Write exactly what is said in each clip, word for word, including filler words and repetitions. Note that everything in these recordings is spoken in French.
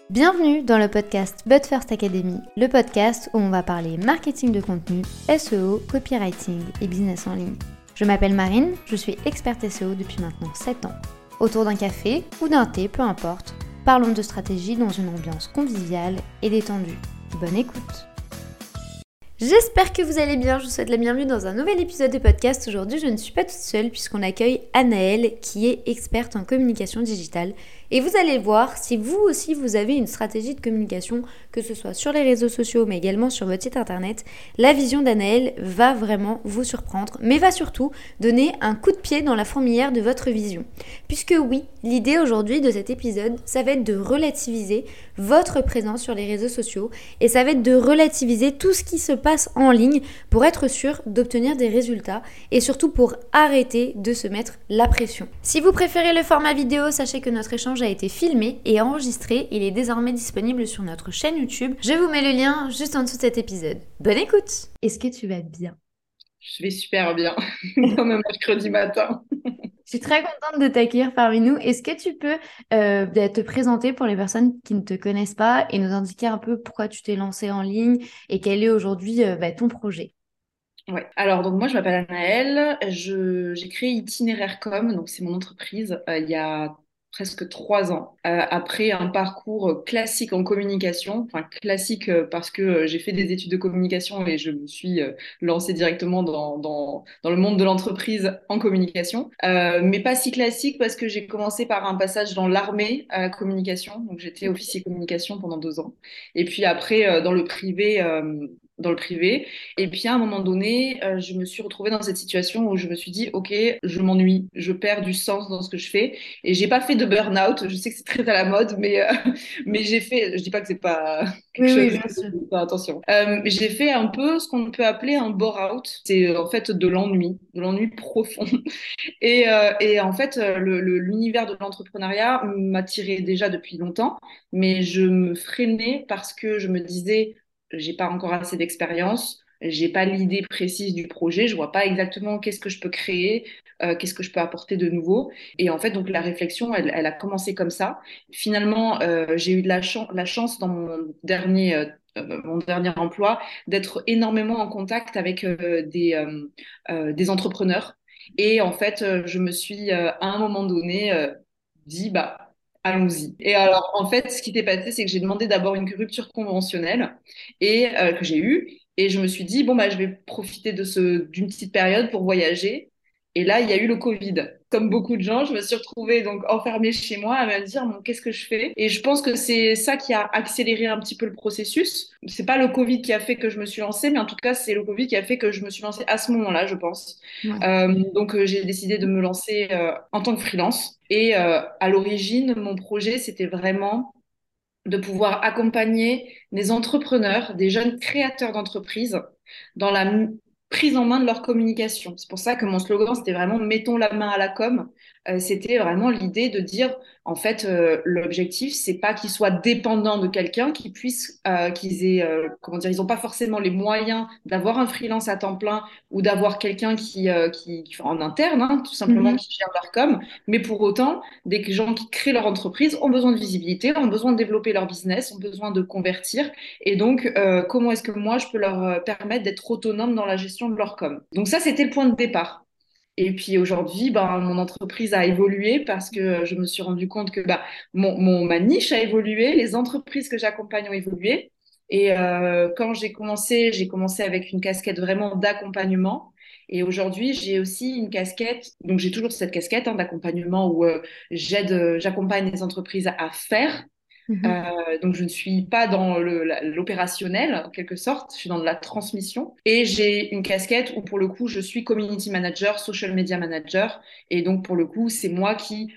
Bienvenue dans le podcast But First Academy, le podcast où on va parler marketing de contenu, S E O, copywriting et business en ligne. Je m'appelle Marine, je suis experte S E O depuis maintenant sept ans. Autour d'un café ou d'un thé, peu importe, parlons de stratégie dans une ambiance conviviale et détendue. Bonne écoute! J'espère que vous allez bien, je vous souhaite la bienvenue dans un nouvel épisode de podcast. Aujourd'hui, je ne suis pas toute seule puisqu'on accueille Anaëlle qui est experte en communication digitale. Et vous allez voir, si vous aussi vous avez une stratégie de communication, que ce soit sur les réseaux sociaux mais également sur votre site internet, la vision d'Anaëlle va vraiment vous surprendre, mais va surtout donner un coup de pied dans la fourmilière de votre vision. Puisque oui, l'idée aujourd'hui de cet épisode, ça va être de relativiser votre présence sur les réseaux sociaux et ça va être de relativiser tout ce qui se passe en ligne pour être sûr d'obtenir des résultats et surtout pour arrêter de se mettre la pression. Si vous préférez le format vidéo, sachez que notre échange a été filmé et enregistré. Il est désormais disponible sur notre chaîne YouTube. Je vous mets le lien juste en dessous de cet épisode. Bonne écoute! Est-ce que tu vas bien? Je vais super bien, comme un mercredi matin. Je suis très contente de t'accueillir parmi nous. Est-ce que tu peux euh, te présenter pour les personnes qui ne te connaissent pas et nous indiquer un peu pourquoi tu t'es lancée en ligne et quel est aujourd'hui euh, bah, ton projet? Ouais. Alors, donc moi, je m'appelle Anaëlle. Je, j'ai créé Itinéraire Com, donc c'est mon entreprise, euh, il y a presque trois ans, euh, après un parcours classique en communication, enfin classique euh, parce que euh, j'ai fait des études de communication et je me suis euh, lancée directement dans, dans, dans le monde de l'entreprise en communication, euh, mais pas si classique parce que j'ai commencé par un passage dans l'armée à la communication, donc j'étais officier communication pendant deux ans, et puis après euh, dans le privé, euh, dans le privé. Et puis à un moment donné, euh, je me suis retrouvée dans cette situation où je me suis dit, OK, je m'ennuie, je perds du sens dans ce que je fais. Et j'ai pas fait de burn-out. Je sais que c'est très à la mode, mais euh, mais j'ai fait. Je dis pas que c'est pas quelque Oui, chose. oui, bien sûr. Faire attention. Euh, j'ai fait un peu ce qu'on peut appeler un bore-out. C'est euh, en fait de l'ennui, de l'ennui profond. Et, euh, et en fait, euh, le, le- l'univers de l'entrepreneuriat m'attirait déjà depuis longtemps, mais je me freinais parce que je me disais, j'ai pas encore assez d'expérience, j'ai pas l'idée précise du projet, je vois pas exactement qu'est-ce que je peux créer, euh, qu'est-ce que je peux apporter de nouveau. Et en fait, donc la réflexion, elle, elle a commencé comme ça. Finalement, euh, j'ai eu de la, chan- la chance dans mon dernier, euh, euh, mon dernier emploi d'être énormément en contact avec euh, des, euh, euh, des entrepreneurs. Et en fait, euh, je me suis euh, à un moment donné euh, dit, bah, allons-y. Et alors, en fait, ce qui s'est passé, c'est que j'ai demandé d'abord une rupture conventionnelle et euh, que j'ai eue. Et je me suis dit, bon, bah, je vais profiter de ce, d'une petite période pour voyager. Et là, il y a eu le Covid. Comme beaucoup de gens, je me suis retrouvée donc enfermée chez moi à me dire, bon, qu'est-ce que je fais? Et je pense que c'est ça qui a accéléré un petit peu le processus. C'est pas le Covid qui a fait que je me suis lancée, mais en tout cas, c'est le Covid qui a fait que je me suis lancée à ce moment-là, je pense. Ouais. Euh, donc, euh, j'ai décidé de me lancer euh, en tant que freelance. Et euh, à l'origine, mon projet, c'était vraiment de pouvoir accompagner des entrepreneurs, des jeunes créateurs d'entreprises dans la m- prise en main de leur communication. C'est pour ça que mon slogan, c'était vraiment mettons la main à la com. Euh, c'était vraiment l'idée de dire, en fait, euh, l'objectif, c'est pas qu'ils soient dépendants de quelqu'un, qu'ils puissent, euh, qu'ils aient, euh, comment dire, ils n'ont pas forcément les moyens d'avoir un freelance à temps plein ou d'avoir quelqu'un qui, euh, qui, qui- en interne, hein, tout simplement, Mhm. qui gère leur com. Mais pour autant, des gens qui créent leur entreprise ont besoin de visibilité, ont besoin de développer leur business, ont besoin de convertir. Et donc, euh, comment est-ce que moi, je peux leur euh, permettre d'être autonome dans la gestion de leur com? Donc ça, c'était le point de départ. Et puis aujourd'hui, ben, mon entreprise a évolué parce que je me suis rendu compte que ben, mon, mon- ma niche a évolué, les entreprises que j'accompagne ont évolué. Et euh, quand j'ai commencé, j'ai commencé avec une casquette vraiment d'accompagnement. Et aujourd'hui, j'ai aussi une casquette, donc j'ai toujours cette casquette hein, d'accompagnement où euh, j'aide, euh, j'accompagne les entreprises à faire. Mhm. Euh, donc, je ne suis pas dans le- la- l'opérationnel, en quelque sorte, je suis dans de la transmission. Et j'ai une casquette où, pour le coup, je suis community manager, social media manager. Et donc, pour le coup, c'est moi qui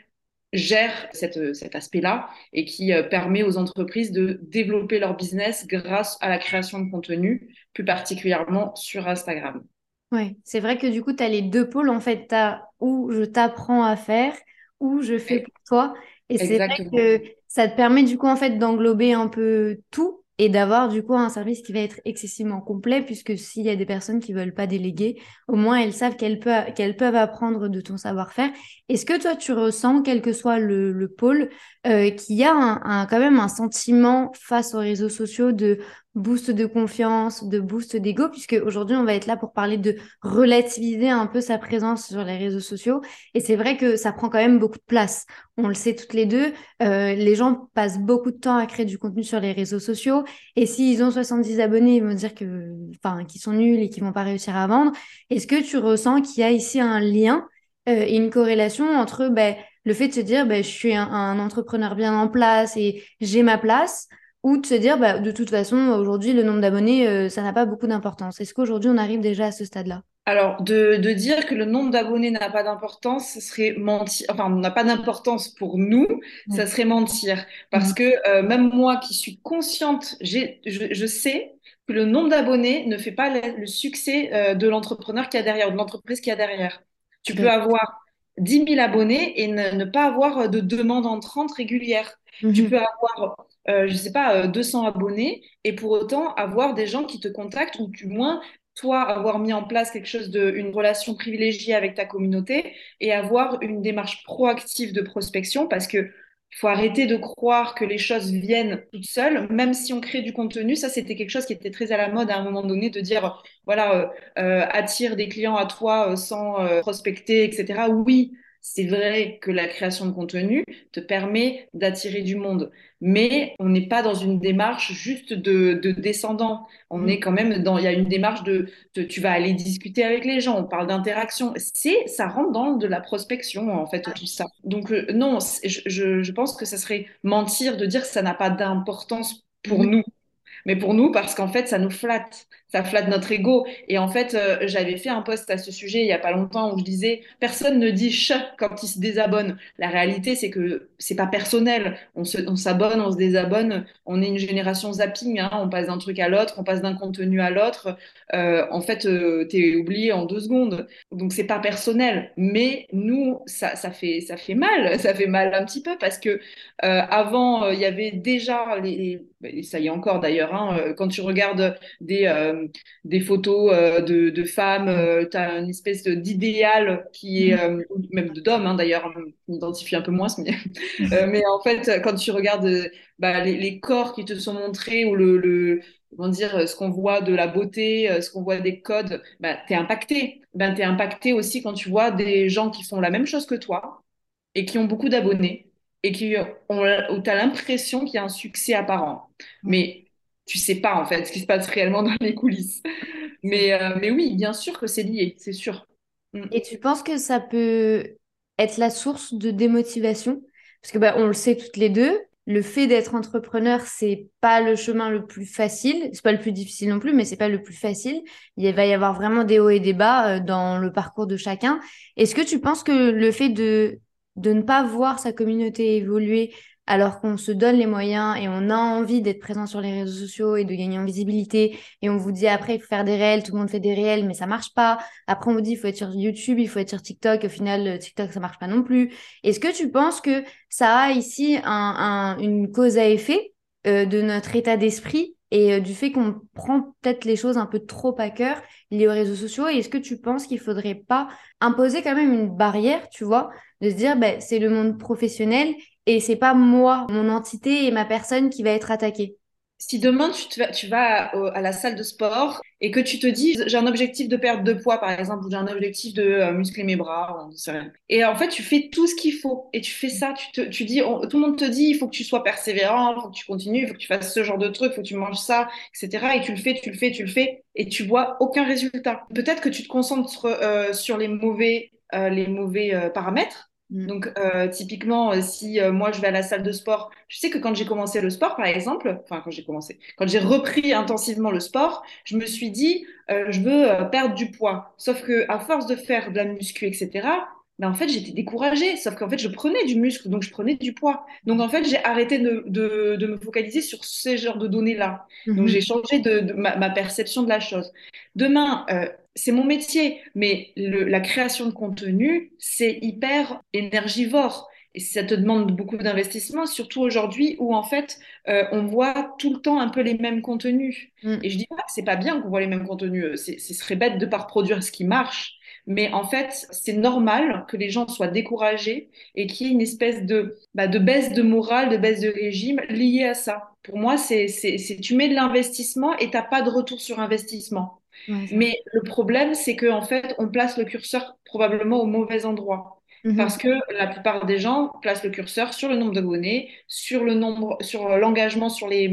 gère cette, cet aspect-là et qui euh, permet aux entreprises de développer leur business grâce à la création de contenu, plus particulièrement sur Instagram. Ouais, c'est vrai que du coup, tu as les deux pôles. En fait, tu as où je t'apprends à faire, où je fais Et- pour toi. Et c'est vrai Exactement. que ça te permet du coup, en fait, d'englober un peu tout. et d'avoir du coup un service qui va être excessivement complet, puisque s'il y a des personnes qui veulent pas déléguer, au moins elles savent qu'elles peuvent, qu'elles peuvent apprendre de ton savoir-faire. Est-ce que toi, tu ressens, quel que soit le, le pôle, euh, qu'il y a un, un- quand même un sentiment face aux réseaux sociaux de boost de confiance, de boost d'ego, puisque aujourd'hui, on va être là pour parler de relativiser un peu sa présence sur les réseaux sociaux. Et c'est vrai que ça prend quand même beaucoup de place. On le sait toutes les deux, euh, les gens passent beaucoup de temps à créer du contenu sur les réseaux sociaux. Et s'ils ont soixante-dix abonnés, ils vont dire que, enfin, qu'ils sont nuls et qu'ils vont pas réussir à vendre. Est-ce que tu ressens qu'il y a ici un lien euh, et une corrélation entre ben, le fait de se dire ben, je suis un, un entrepreneur bien en place et j'ai ma place, ou de se dire bah, de toute façon, aujourd'hui, le nombre d'abonnés, euh, ça n'a pas beaucoup d'importance. Est-ce qu'aujourd'hui, on arrive déjà à ce stade-là? Alors, de, de dire que le nombre d'abonnés n'a pas d'importance, ce serait mentir. Enfin, n'a pas d'importance pour nous, ça Ouais. serait mentir. Parce Mhm. que euh, même moi qui suis consciente, j'ai, je, je sais que le nombre d'abonnés ne fait pas le, le succès euh, de l'entrepreneur qui a derrière, ou de l'entreprise qui a derrière. Tu Tout peux à fait. avoir dix mille abonnés et ne, ne pas avoir de demande entrante régulière. Tu Mhm. peux avoir, euh, je sais pas, euh, deux cents abonnés et pour autant avoir des gens qui te contactent ou du moins toi, avoir mis en place quelque chose de, une relation privilégiée avec ta communauté et avoir une démarche proactive de prospection parce que il faut arrêter de croire que les choses viennent toutes seules, même si on crée du contenu. Ça, c'était quelque chose qui était très à la mode à un moment donné, de dire, voilà, euh, euh, attire des clients à toi euh, sans euh, prospecter, et cetera. Oui, c'est vrai que la création de contenu te permet d'attirer du monde, mais on n'est pas dans une démarche juste de, de descendant. On Mhm. est quand même dans, il y a une démarche de, de- tu vas aller discuter avec les gens, on parle d'interaction. C'est, ça rentre dans de la prospection, en fait, tout ça. Donc, euh, non, c'est- je, je, je pense que ça serait mentir de dire que ça n'a pas d'importance pour Mhm. nous. Mais pour nous, parce qu'en fait, ça nous flatte, ça flatte notre ego. Et en fait, euh, j'avais fait un post à ce sujet il y a pas longtemps où je disais, personne ne dit ch quand il se désabonne. La réalité, c'est que c'est pas personnel. On se, on s'abonne, on se désabonne. On est une génération zapping, hein. On passe d'un truc à l'autre, on passe d'un contenu à l'autre. Euh, en fait, euh, t'es oublié en deux secondes. Donc c'est pas personnel. Mais nous, ça, ça fait, ça fait mal. Ça fait mal un petit peu parce que euh, avant, euh, il y avait déjà les, et ça y est encore d'ailleurs, hein, euh, quand tu regardes des, euh, des photos euh, de, de femmes, euh, tu as une espèce de- d'idéal qui est, Mhm. euh, ou même d'hommes hein, d'ailleurs, on m'identifie un peu moins, mais, euh, mais en fait, quand tu regardes euh, bah, les, les corps qui te sont montrés ou le, le comment dire, ce qu'on voit de la beauté, euh, ce qu'on voit des codes, bah, t'es impacté. Ben, t'es impacté aussi quand tu vois des gens qui font la même chose que toi et qui ont beaucoup d'abonnés et qui ont, où tu as l'impression qu'il y a un succès apparent. Ouais. Mais tu sais pas en fait ce qui se passe réellement dans les coulisses. Mais, euh, mais oui, bien sûr que c'est lié, c'est sûr. Mm. Et tu penses que ça peut être la source de démotivation? Parce que bah, on le sait toutes les deux, le fait d'être entrepreneur, c'est pas le chemin le plus facile, c'est pas le plus difficile non plus, mais c'est pas le plus facile. Il va y avoir vraiment des hauts et des bas euh, dans le parcours de chacun. Est-ce que tu penses que le fait de de ne pas voir sa communauté évoluer alors qu'on se donne les moyens et on a envie d'être présent sur les réseaux sociaux et de gagner en visibilité, et on vous dit après il faut faire des réels, tout le monde fait des réels, mais ça marche pas. Après, on vous dit, il faut être sur YouTube, il faut être sur TikTok. Au final, euh, TikTok, ça marche pas non plus. Est-ce que tu penses que ça a ici un, un- une cause à effet euh, de notre état d'esprit et euh, du fait qu'on prend peut-être les choses un peu trop à cœur liées aux réseaux sociaux? Et est-ce que tu penses qu'il faudrait pas imposer quand même une barrière, tu vois, de se dire, ben, c'est le monde professionnel et c'est pas moi, mon entité et ma personne qui va être attaquée? Si demain tu, te vas, tu vas au- à la salle de sport et que tu te dis j'ai un objectif de perte de poids par exemple ou j'ai un objectif de euh, muscler mes bras, on sait rien. Et en fait tu fais tout ce qu'il faut et tu fais ça, tu te, tu dis on- tout le monde te dit il faut que tu sois persévérant, il faut que tu continues, il faut que tu fasses ce genre de truc, il faut que tu manges ça, et cetera. Et tu le fais, tu le fais, tu le fais et tu vois aucun résultat. Peut-être que tu te concentres euh, sur les mauvais, euh, les mauvais euh, paramètres. Mm. Donc, euh, typiquement, euh, si euh, moi je vais à la salle de sport, je sais que quand j'ai commencé le sport, par exemple, enfin, quand j'ai commencé, quand j'ai repris intensivement le sport, je me suis dit, euh, je veux euh, perdre du poids. Sauf que à force de faire de la muscu, et cetera, ben, en fait, j'étais découragée. Sauf qu'en fait, je prenais du muscle, donc je prenais du poids. Donc, en fait, j'ai arrêté de, de, de me focaliser sur ces genres de données-là. Donc, j'ai Mhm. changé de, de ma, ma perception de la chose. Demain, euh, c'est mon métier, mais le- la création de contenu, c'est hyper énergivore. et ça te demande beaucoup d'investissement, surtout aujourd'hui où en fait euh, on voit tout le temps un peu les mêmes contenus. Et Mm. je dis pas que c'est pas bien qu'on voit les mêmes contenus, euh, c'est, ce serait bête de pas reproduire ce qui marche, mais en fait c'est normal que les gens soient découragés et qu'il y ait une espèce de, bah, de baisse de morale, de baisse de régime liée à ça. Pour moi, c'est, c'est, c'est tu mets de l'investissement et t'as pas de retour sur investissement. Ouais, c'est vrai. Mais le problème, c'est qu'en fait, on place le curseur probablement au mauvais endroit. Parce Mhm. que la plupart des gens placent le curseur sur le nombre d'abonnés, sur le nombre, sur l'engagement sur les,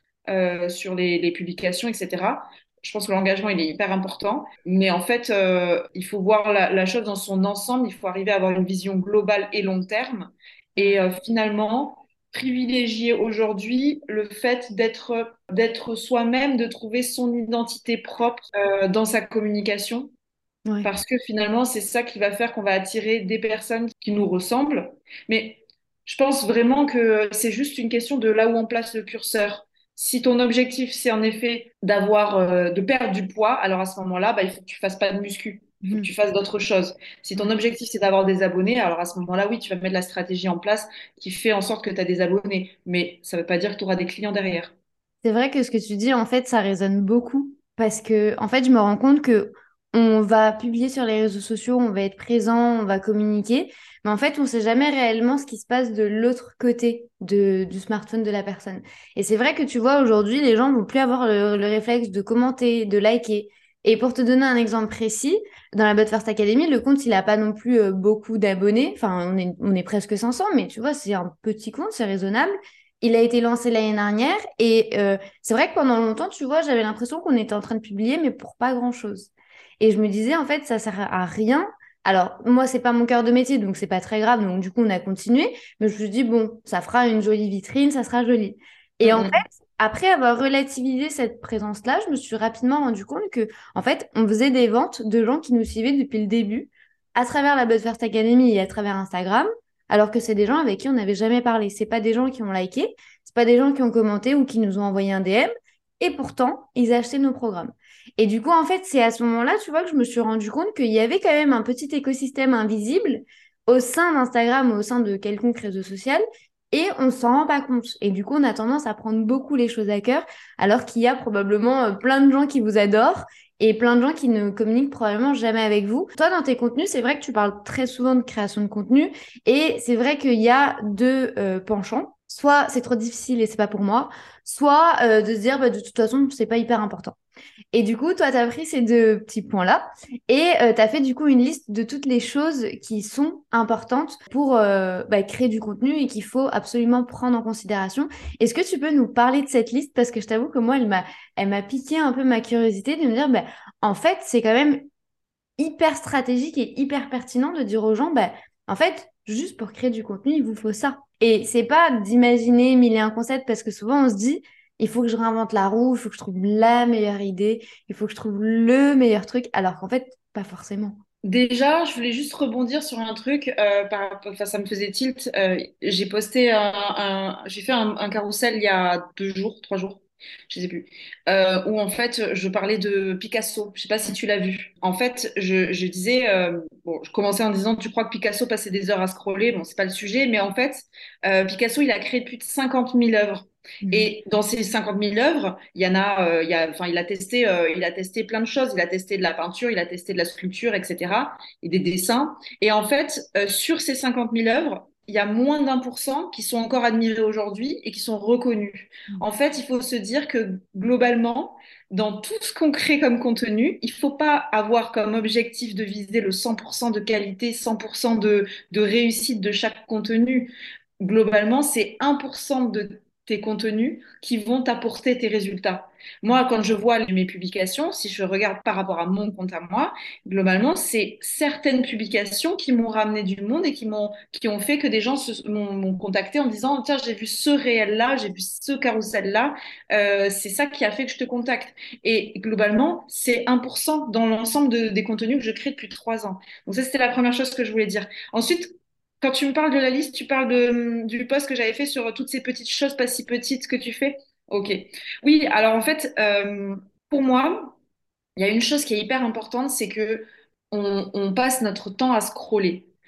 euh, sur les, les publications, et cetera. Je pense que l'engagement, il est hyper important. Mais en fait, euh, il faut voir la, la chose dans son ensemble. Il faut arriver à avoir une vision globale et long terme. C'est vrai. Et euh, finalement, privilégier aujourd'hui le fait d'être d'être soi-même, de trouver son identité propre euh, dans sa communication. Ouais. Parce que finalement, c'est ça qui va faire qu'on va attirer des personnes qui nous ressemblent. Mais je pense vraiment que c'est juste une question de là où on place le curseur. Si ton objectif, c'est en effet d'avoir, euh, de perdre du poids, alors à ce moment-là, bah, il faut que tu fasses pas de muscu. Il faut que Mhm. tu fasses d'autres choses. Si ton Ouais. objectif, c'est d'avoir des abonnés, alors à ce moment-là, oui, tu vas mettre la stratégie en place qui fait en sorte que tu as des abonnés. Mais ça ne veut pas dire que tu auras des clients derrière. C'est vrai que ce que tu dis, en fait, ça résonne beaucoup parce que, en fait, je me rends compte que on va publier sur les réseaux sociaux, on va être présent, on va communiquer, mais en fait, on sait jamais réellement ce qui se passe de l'autre côté de, du smartphone de la personne. Et c'est vrai que tu vois, aujourd'hui, les gens vont plus avoir le, le réflexe de commenter, de liker. Et pour te donner un exemple précis, dans la But First Academy, le compte, il a pas non plus euh, beaucoup d'abonnés. Enfin, on est, on est presque cinq cents, mais tu vois, c'est un petit compte, c'est raisonnable. Il a été lancé l'année dernière et euh, c'est vrai que pendant longtemps, tu vois, j'avais l'impression qu'on était en train de publier, mais pour pas grand-chose. Et je me disais, en fait, ça sert à rien. Alors, moi, c'est pas mon cœur de métier, donc c'est pas très grave. Donc, du coup, on a continué. Mais je me suis dit, bon, ça fera une jolie vitrine, ça sera joli. Et en Mm, fait, après avoir relativisé cette présence-là, je me suis rapidement rendu compte que, en fait, on faisait des ventes de gens qui nous suivaient depuis le début, à travers la But First Academy et à travers Instagram, alors que c'est des gens avec qui on n'avait jamais parlé. C'est pas des gens qui ont liké, c'est pas des gens qui ont commenté ou qui nous ont envoyé un D M, et pourtant, ils achetaient nos programmes. Et du coup, en fait, c'est à ce moment-là, tu vois, que je me suis rendu compte qu'il y avait quand même un petit écosystème invisible au sein d'Instagram ou au sein de quelconque réseau social, et on ne s'en rend pas compte. Et du coup, on a tendance à prendre beaucoup les choses à cœur, alors qu'il y a probablement euh, plein de gens qui vous adorent et plein de gens qui ne communiquent probablement jamais avec vous. Toi, dans tes contenus, c'est vrai que tu parles très souvent de création de contenu, et c'est vrai qu'il y a deux euh, penchants. Soit c'est trop difficile et c'est pas pour moi, soit euh, de se dire bah, de toute façon, c'est pas hyper important. Et du coup, toi, tu as pris ces deux petits points-là et tu as fait du coup une liste de toutes les choses qui sont importantes pour euh, bah, créer du contenu et qu'il faut absolument prendre en considération. Est-ce que tu peux nous parler de cette liste? Parce que je t'avoue que moi, elle m'a, elle m'a piqué un peu ma curiosité de me dire, bah, en fait, c'est quand même hyper stratégique et hyper pertinent de dire aux gens, bah, en fait, juste pour créer du contenu, il vous faut ça. Et c'est pas d'imaginer mille et un concepts parce que souvent on se dit, il faut que je réinvente la roue, il faut que je trouve la meilleure idée, il faut que je trouve le meilleur truc, alors qu'en fait, pas forcément. Déjà, je voulais juste rebondir sur un truc, euh, par, enfin, ça me faisait tilt. Euh, j'ai posté un, un- j'ai fait un, un carrousel il y a deux jours, trois jours, je sais plus, euh, où en fait je parlais de Picasso. Je sais pas si tu l'as vu. En fait, je, je disais, euh, bon, je commençais en disant, tu crois que Picasso passait des heures à scroller? Bon, c'est pas le sujet, mais en fait, euh, Picasso, il a créé plus de cinquante mille œuvres. Mhm. Et dans ces cinquante mille œuvres, il y en a, euh, il y a, enfin, il a testé, euh, il a testé plein de choses. Il a testé de la peinture, il a testé de la sculpture, et cetera. Et des dessins. Et en fait, euh, sur ces cinquante mille œuvres, il y a moins d'un pour cent qui sont encore admirées aujourd'hui et qui sont reconnues. En fait, il faut se dire que globalement, dans tout ce qu'on crée comme contenu, il ne faut pas avoir comme objectif de viser le cent pour cent de qualité, cent pour cent de, de réussite de chaque contenu. Globalement, c'est un pour cent de tes contenus qui vont t'apporter tes résultats. Moi, quand je vois mes publications, si je regarde par rapport à mon compte à moi, globalement, c'est certaines publications qui m'ont ramené du monde et qui m'ont, qui ont fait que des gens se- m'ont m'ont contacté en disant, tiens, j'ai vu ce réel-là, j'ai vu ce carrousel-là, euh, c'est ça qui a fait que je te contacte. Et globalement, c'est un pour cent dans l'ensemble de- des contenus que je crée depuis trois ans. Donc ça, c'était la première chose que je voulais dire. Ensuite, quand tu me parles de la liste, tu parles de, du post que j'avais fait sur toutes ces petites choses pas si petites que tu fais. Ok. Oui, alors en fait, euh, pour moi, il y a une chose qui est hyper importante, c'est que on, on passe notre temps à scroller.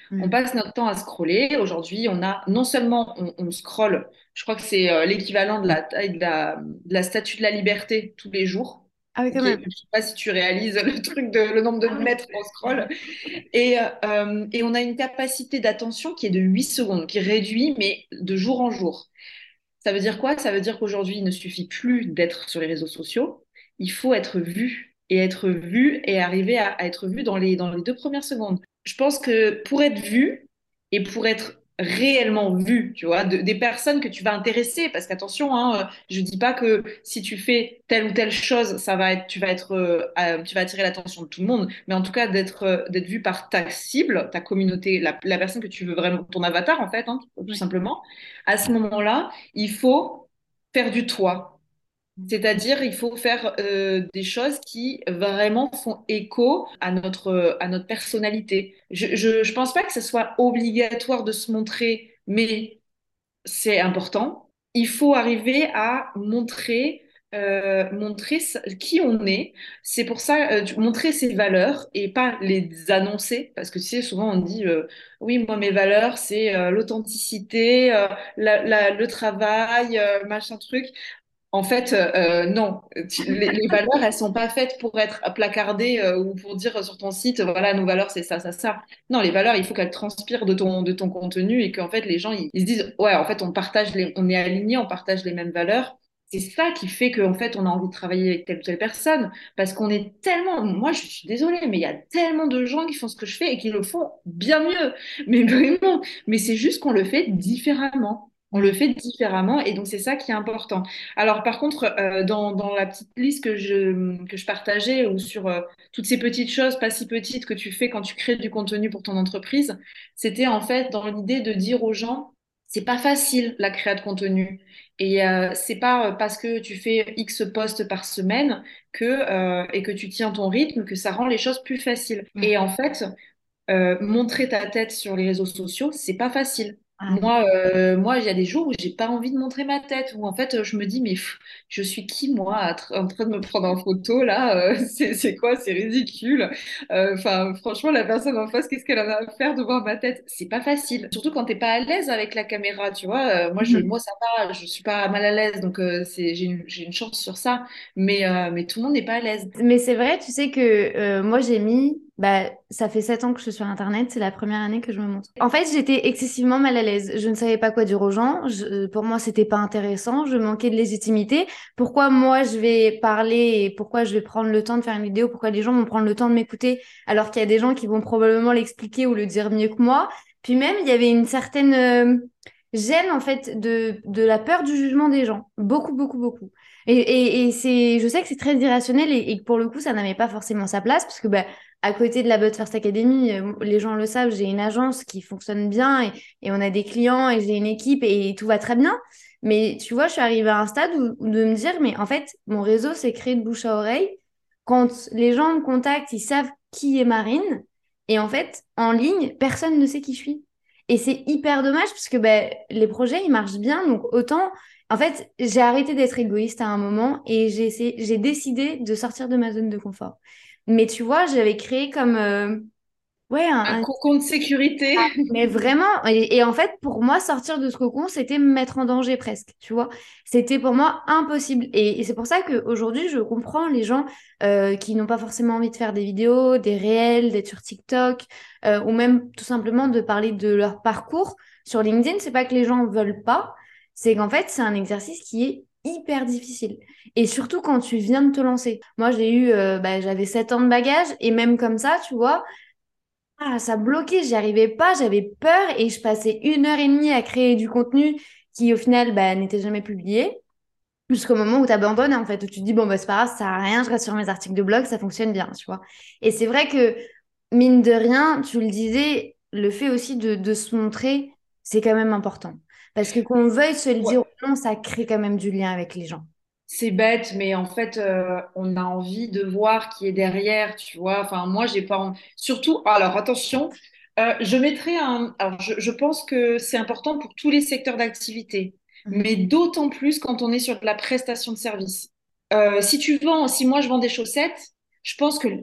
On Mm. passe notre temps à scroller. Aujourd'hui, on a non seulement on, on scrolle, je crois que c'est euh, l'équivalent de la taille de la, de la Statue de la Liberté tous les jours. Ah oui, Ok, quand je même. ne sais pas si tu réalises le truc de le nombre de Ah oui. mètres qu'on scrolle. Et, euh, et on a une capacité d'attention qui est de huit secondes, qui réduit, mais de jour en jour. Ça veut dire quoi? Ça veut dire qu'aujourd'hui, il ne suffit plus d'être sur les réseaux sociaux. Il faut être vu et être vu et arriver à, à être vu dans les, dans les deux premières secondes. Je pense que pour être vu et pour être réellement vu, tu vois, de- des personnes que tu vas intéresser, parce qu'attention, hein, euh, je dis pas que si tu fais telle ou telle chose, ça va être, tu vas être, euh, euh, tu vas attirer l'attention de tout le monde, mais en tout cas d'être, euh, d'être vu par ta cible, ta communauté, la, la personne que tu veux vraiment, ton avatar en fait, hein, tout Ouais. simplement. À ce moment-là, il faut faire du toi. C'est-à-dire, il faut faire euh, des choses qui vraiment font écho à notre, à notre personnalité. Je, je, je pense pas que ce soit obligatoire de se montrer, mais c'est important. Il faut arriver à montrer, euh, montrer sa- qui on est. C'est pour ça, euh, tu- montrer ses valeurs et pas les annoncer. Parce que tu sais, souvent on dit, euh, oui, moi, mes valeurs, c'est euh, l'authenticité, euh, la- la- le travail, euh, machin truc. En fait, euh, non. Tu- les, les valeurs, elles sont pas faites pour être placardées euh, ou pour dire sur ton site, voilà, nos valeurs, c'est ça, ça, ça. Non, les valeurs, il faut qu'elles transpirent de ton, de ton contenu et qu'en fait, les gens, ils, ils se disent, ouais, en fait, on partage les, on est alignés, on partage les mêmes valeurs. C'est ça qui fait qu'en fait, on a envie de travailler avec telle ou telle personne. Parce qu'on est tellement, moi, je suis désolée, mais il y a tellement de gens qui font ce que je fais et qui le font bien mieux. Mais vraiment, mais c'est juste qu'on le fait différemment. On le Mm. fait différemment et donc c'est ça qui est important. Alors, par contre, euh, dans, dans la petite liste que je, que je partageais ou sur euh, toutes ces petites choses, pas si petites, que tu fais quand tu crées du contenu pour ton entreprise, c'était en fait dans l'idée de dire aux gens, c'est pas facile la création de contenu. Et euh, c'est pas euh, parce que tu fais X posts par semaine que, euh, et que tu tiens ton rythme que ça rend les choses plus faciles. Mm. Et en fait, euh, montrer ta tête sur les réseaux sociaux, c'est pas facile. Ah non. Moi, euh, moi, il y a des jours où j'ai pas envie de montrer ma tête, où en fait, je me dis, mais pff, je suis qui, moi, à tra- en train de me prendre en photo, là, euh, c'est, c'est quoi, c'est ridicule. Euh, Enfin, franchement, la personne en face, qu'est-ce qu'elle en a à faire de voir ma tête? C'est pas facile. Surtout quand t'es pas à l'aise avec la caméra, tu vois. Euh, moi, je, Mhm. moi, ça va, je suis pas mal à l'aise, donc euh, c'est, j'ai une, j'ai une chance sur ça. Mais, euh, mais tout le monde n'est pas à l'aise. Mais c'est vrai, tu sais que euh, moi j'ai mis, bah, ça fait sept ans que je suis sur Internet, c'est la première année que je me montre. En fait, j'étais excessivement mal à l'aise. Je ne savais pas quoi dire aux gens. Je- euh, pour moi, c'était pas intéressant. Je manquais de légitimité. Pourquoi moi je vais parler et pourquoi je vais prendre le temps de faire une vidéo? Pourquoi les gens vont prendre le temps de m'écouter alors qu'il y a des gens qui vont probablement l'expliquer ou le dire mieux que moi? Puis même, il y avait une certaine euh, gêne en fait de, de la peur du jugement des gens. Beaucoup, beaucoup, beaucoup. Et, et, et c'est, je sais que c'est très irrationnel et, et que pour le coup, ça n'avait pas forcément sa place parce que bah, à côté de la But First Academy, euh, les gens le savent, j'ai une agence qui fonctionne bien et, et on a des clients et j'ai une équipe et tout va très bien. Mais tu vois, je suis arrivée à un stade où, où de me dire, mais en fait, mon réseau, c'est créé de bouche à oreille. Quand les gens me contactent, ils savent qui est Marine. Et en fait, en ligne, personne ne sait qui je suis. Et c'est hyper dommage parce que ben, les projets, ils marchent bien. Donc autant en fait, j'ai arrêté d'être égoïste à un moment et j'ai essayé- j'ai décidé de sortir de ma zone de confort. Mais tu vois, j'avais créé comme euh, ouais Un un, un- cocon de sécurité. mais vraiment et, et en fait pour moi sortir de ce cocon, c'était me mettre en danger presque, tu vois. C'était pour moi impossible et, et c'est pour ça qu'aujourd'hui je comprends les gens euh, qui n'ont pas forcément envie de faire des vidéos, des réels, d'être sur TikTok euh, ou même tout simplement de parler de leur parcours sur LinkedIn. C'est pas que les gens veulent pas, c'est qu'en fait c'est un exercice qui est hyper difficile. Et surtout quand tu viens de te lancer. Moi, j'ai eu, euh, bah, j'avais sept ans de bagage et même comme ça, tu vois, ah, ça bloquait, j'y arrivais pas, j'avais peur et je passais une heure et demie à créer du contenu qui au final bah, n'était jamais publié. Jusqu'au moment où tu abandonnes, en fait, où tu te dis, bon, bah, c'est pas grave, ça sert à rien, je reste sur mes articles de blog, ça fonctionne bien, tu vois. Et c'est vrai que, mine de rien, tu le disais, le fait aussi de, de se montrer, c'est quand même important. Parce que qu'on veuille se le dire ou non, ça crée quand même du lien avec les gens. C'est bête, mais en fait, euh, on a envie de voir qui est derrière, tu vois. Enfin, moi, j'ai pas envie. Surtout, alors attention, euh, je mettrai un. Alors, je, je pense que c'est important pour tous les secteurs d'activité, Mhm. mais d'autant plus quand on est sur de la prestation de service. Euh, si tu vends, si moi je vends des chaussettes, je pense que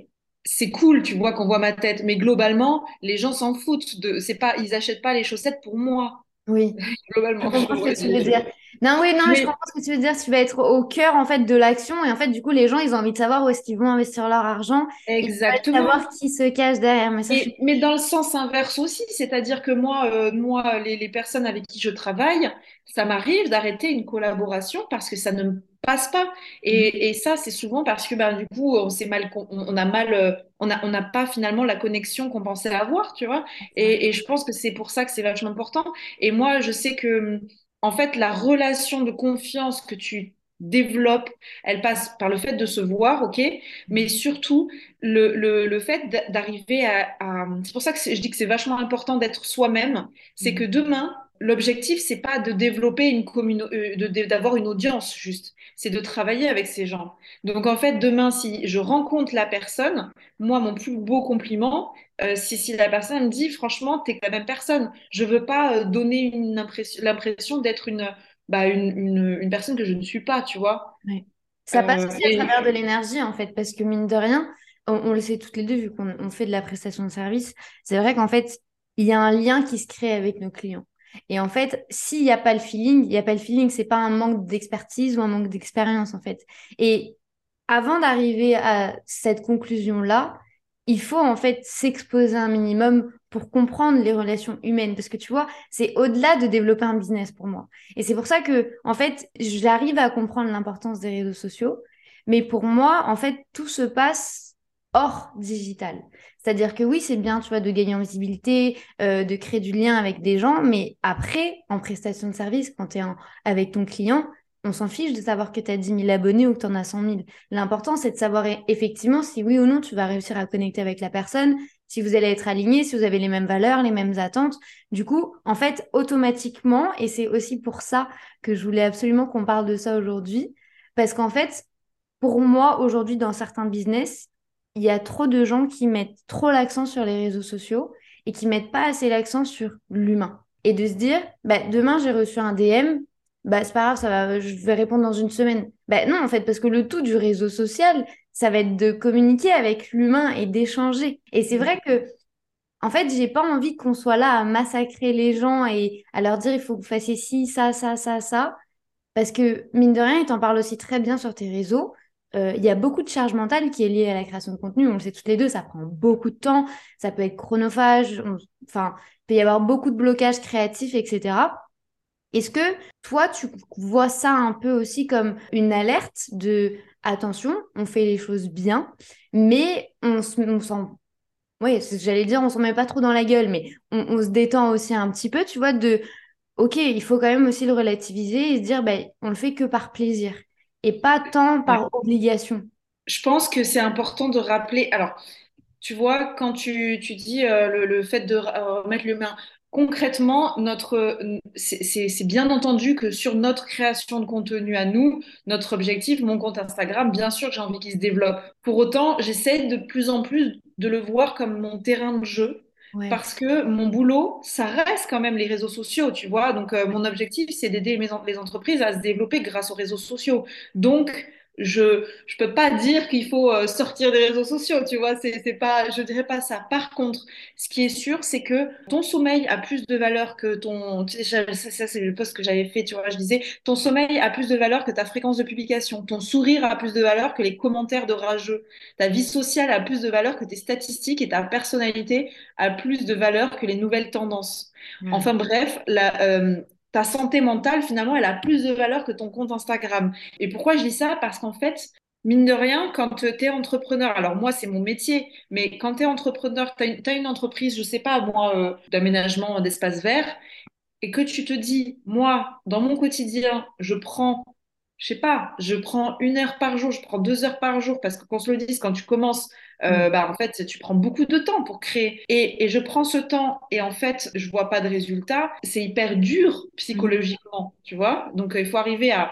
c'est cool, tu vois, qu'on voit ma tête. Mais globalement, les gens s'en foutent de, c'est pas, ils achètent pas les chaussettes pour moi. Oui. Je Globalement, je comprends ce vois. que tu veux dire. Non, oui, non, je Mais comprends ce que tu veux dire. Tu vas être au cœur, en fait, de l'action. Et en fait, du coup, les gens, ils ont envie de savoir où est-ce qu'ils vont investir leur argent. Ils veulent savoir exactement. qui se cache derrière. Mais ça, je suis... Et, mais dans le sens inverse aussi, c'est-à-dire que moi, euh, moi les, les personnes avec qui je travaille, ça m'arrive d'arrêter une collaboration parce que ça ne me passe pas. Et, et ça, c'est souvent parce que ben, du coup, on s'est mal, on, on a mal, euh, on a, on n'a pas finalement la connexion qu'on pensait avoir, tu vois. Et, et je pense que c'est pour ça que c'est vachement important. Et moi, je sais que, en fait, la relation de confiance que tu développes, elle passe par le fait de se voir, ok, mais surtout le, le, le fait d'arriver à, à... C'est pour ça que je dis que c'est vachement important d'être soi-même. C'est que demain, l'objectif, c'est pas de développer une communauté, d'avoir une audience juste. C'est de travailler avec ces gens. Donc en fait, demain, si je rencontre la personne, moi, mon plus beau compliment, euh, si, si la personne me dit, franchement, t'es la même personne. Je veux pas euh, donner une impression, l'impression d'être une, bah, une, une, une personne que je ne suis pas, tu vois. Ouais. Ça passe Euh, aussi à et travers de l'énergie, en fait, parce que mine de rien, on, on le sait toutes les deux, vu qu'on on fait de la prestation de service, c'est vrai qu'en fait, il y a un lien qui se crée avec nos clients. Et en fait, s'il n'y a pas le feeling, il n'y a pas le feeling, c'est pas un manque d'expertise ou un manque d'expérience, en fait. Et avant d'arriver à cette conclusion-là, il faut en fait s'exposer un minimum pour comprendre les relations humaines. Parce que tu vois, c'est au-delà de développer un business pour moi. Et c'est pour ça que, en fait, j'arrive à comprendre l'importance des réseaux sociaux. Mais pour moi, en fait, tout se passe hors digital. C'est-à-dire que oui, c'est bien, tu vois, de gagner en visibilité, euh, de créer du lien avec des gens, mais après, en prestation de service, quand tu es avec ton client, on s'en fiche de savoir que tu as dix mille abonnés ou que tu en as cent mille. L'important, c'est de savoir e- effectivement si oui ou non tu vas réussir à connecter avec la personne, si vous allez être alignés, si vous avez les mêmes valeurs, les mêmes attentes. Du coup, en fait, automatiquement, et c'est aussi pour ça que je voulais absolument qu'on parle de ça aujourd'hui, parce qu'en fait, pour moi, aujourd'hui, dans certains business, il y a trop de gens qui mettent trop l'accent sur les réseaux sociaux et qui mettent pas assez l'accent sur l'humain. Et de se dire, bah, demain, j'ai reçu un D M, bah, c'est pas grave, ça va, je vais répondre dans une semaine. Bah, non, en fait, parce que le tout du réseau social, ça va être de communiquer avec l'humain et d'échanger. Et c'est vrai que, en fait, j'ai pas envie qu'on soit là à massacrer les gens et à leur dire, il faut que vous fassiez ci, ça, ça, ça, ça. Parce que, mine de rien, et t'en parles aussi très bien sur tes réseaux, euh, il y a beaucoup de charge mentale qui est liée à la création de contenu. On le sait toutes les deux, ça prend beaucoup de temps, ça peut être chronophage, on- enfin, il peut y avoir beaucoup de blocages créatifs, et cetera. Est-ce que toi, tu vois ça un peu aussi comme une alerte de attention, on fait les choses bien, mais on se, on s'en, oui, c'est- j'allais dire, on s'en met pas trop dans la gueule, mais on, on se détend aussi un petit peu, tu vois, de ok, il faut quand même aussi le relativiser et se dire, ben, on le fait que par plaisir et pas tant ouais. par obligation. Je pense que c'est important de rappeler. Alors, tu vois, quand tu, tu dis euh, le, le fait de euh, remettre l'humain, concrètement, notre, euh, c'est c'est- c'est bien entendu que sur notre création de contenu à nous, notre objectif, mon compte Instagram, bien sûr que j'ai envie qu'il se développe. Pour autant, j'essaie de plus en plus de le voir comme mon terrain de jeu. Ouais. Parce que mon boulot, ça reste quand même les réseaux sociaux, tu vois. Donc, euh, mon objectif, c'est d'aider mes en- les entreprises à se développer grâce aux réseaux sociaux. Donc, je je peux pas dire qu'il faut euh, sortir des réseaux sociaux, tu vois, c'est c'est pas, je dirais pas ça. Par contre, ce qui est sûr, c'est que ton sommeil a plus de valeur que ton, tu sais, ça, ça, c'est le post que j'avais fait, tu vois, je disais, ton sommeil a plus de valeur que ta fréquence de publication, ton sourire a plus de valeur que les commentaires de rageux, ta vie sociale a plus de valeur que tes statistiques et ta personnalité a plus de valeur que les nouvelles tendances. Ouais. Enfin bref, la, euh, ta santé mentale, finalement, elle a plus de valeur que ton compte Instagram. Et pourquoi je dis ça? Parce qu'en fait, mine de rien, quand tu es entrepreneur, alors moi, c'est mon métier, mais quand tu es entrepreneur, tu as une, t'as une entreprise, je sais pas, moi, euh, d'aménagement d'espaces verts, et que tu te dis, moi, dans mon quotidien, je prends, je sais pas, je prends une heure par jour, je prends deux heures par jour, parce que qu'on se le dise, quand tu commences, Mm. euh, bah, en fait, tu prends beaucoup de temps pour créer. Et, et je prends ce temps, et en fait, je vois pas de résultat. C'est hyper dur Mhm. psychologiquement, tu vois. Donc, euh, il faut arriver à,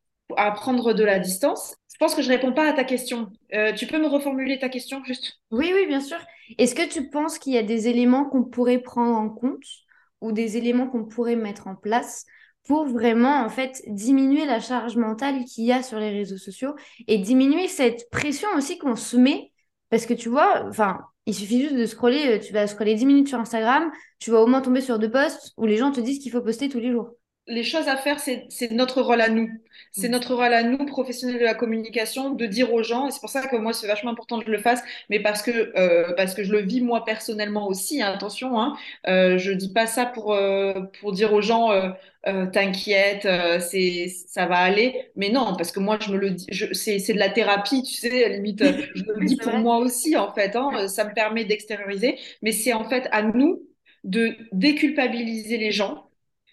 à prendre de la distance. Je pense que je réponds pas à ta question. Euh, tu peux me reformuler ta question juste? Oui, oui, bien sûr. Est-ce que tu penses qu'il y a des éléments qu'on pourrait prendre en compte ou des éléments qu'on pourrait mettre en place pour vraiment, en fait, diminuer la charge mentale qu'il y a sur les réseaux sociaux et diminuer cette pression aussi qu'on se met? Parce que tu vois, enfin, il suffit juste de scroller, euh, tu vas scroller dix minutes sur Instagram, tu vas au moins tomber sur deux posts où les gens te disent qu'il faut poster tous les jours. Les choses à faire, c'est c'est notre rôle à nous. C'est Ouais, notre rôle à nous, professionnels de la communication, de dire aux gens, et c'est pour ça que moi, c'est vachement important que je le fasse, mais parce que, euh, parce que je le vis moi personnellement aussi, hein, attention, hein, euh, je dis pas ça pour, euh, pour dire aux gens, euh, euh, t'inquiète, euh, c'est, ça va aller, mais non, parce que moi, je me le dis, je, c'est, c'est de la thérapie, tu sais, à la limite, euh, je le dis c'est pour vrai. moi aussi, en fait, hein, ça me permet d'extérioriser, mais c'est en fait à nous de déculpabiliser les gens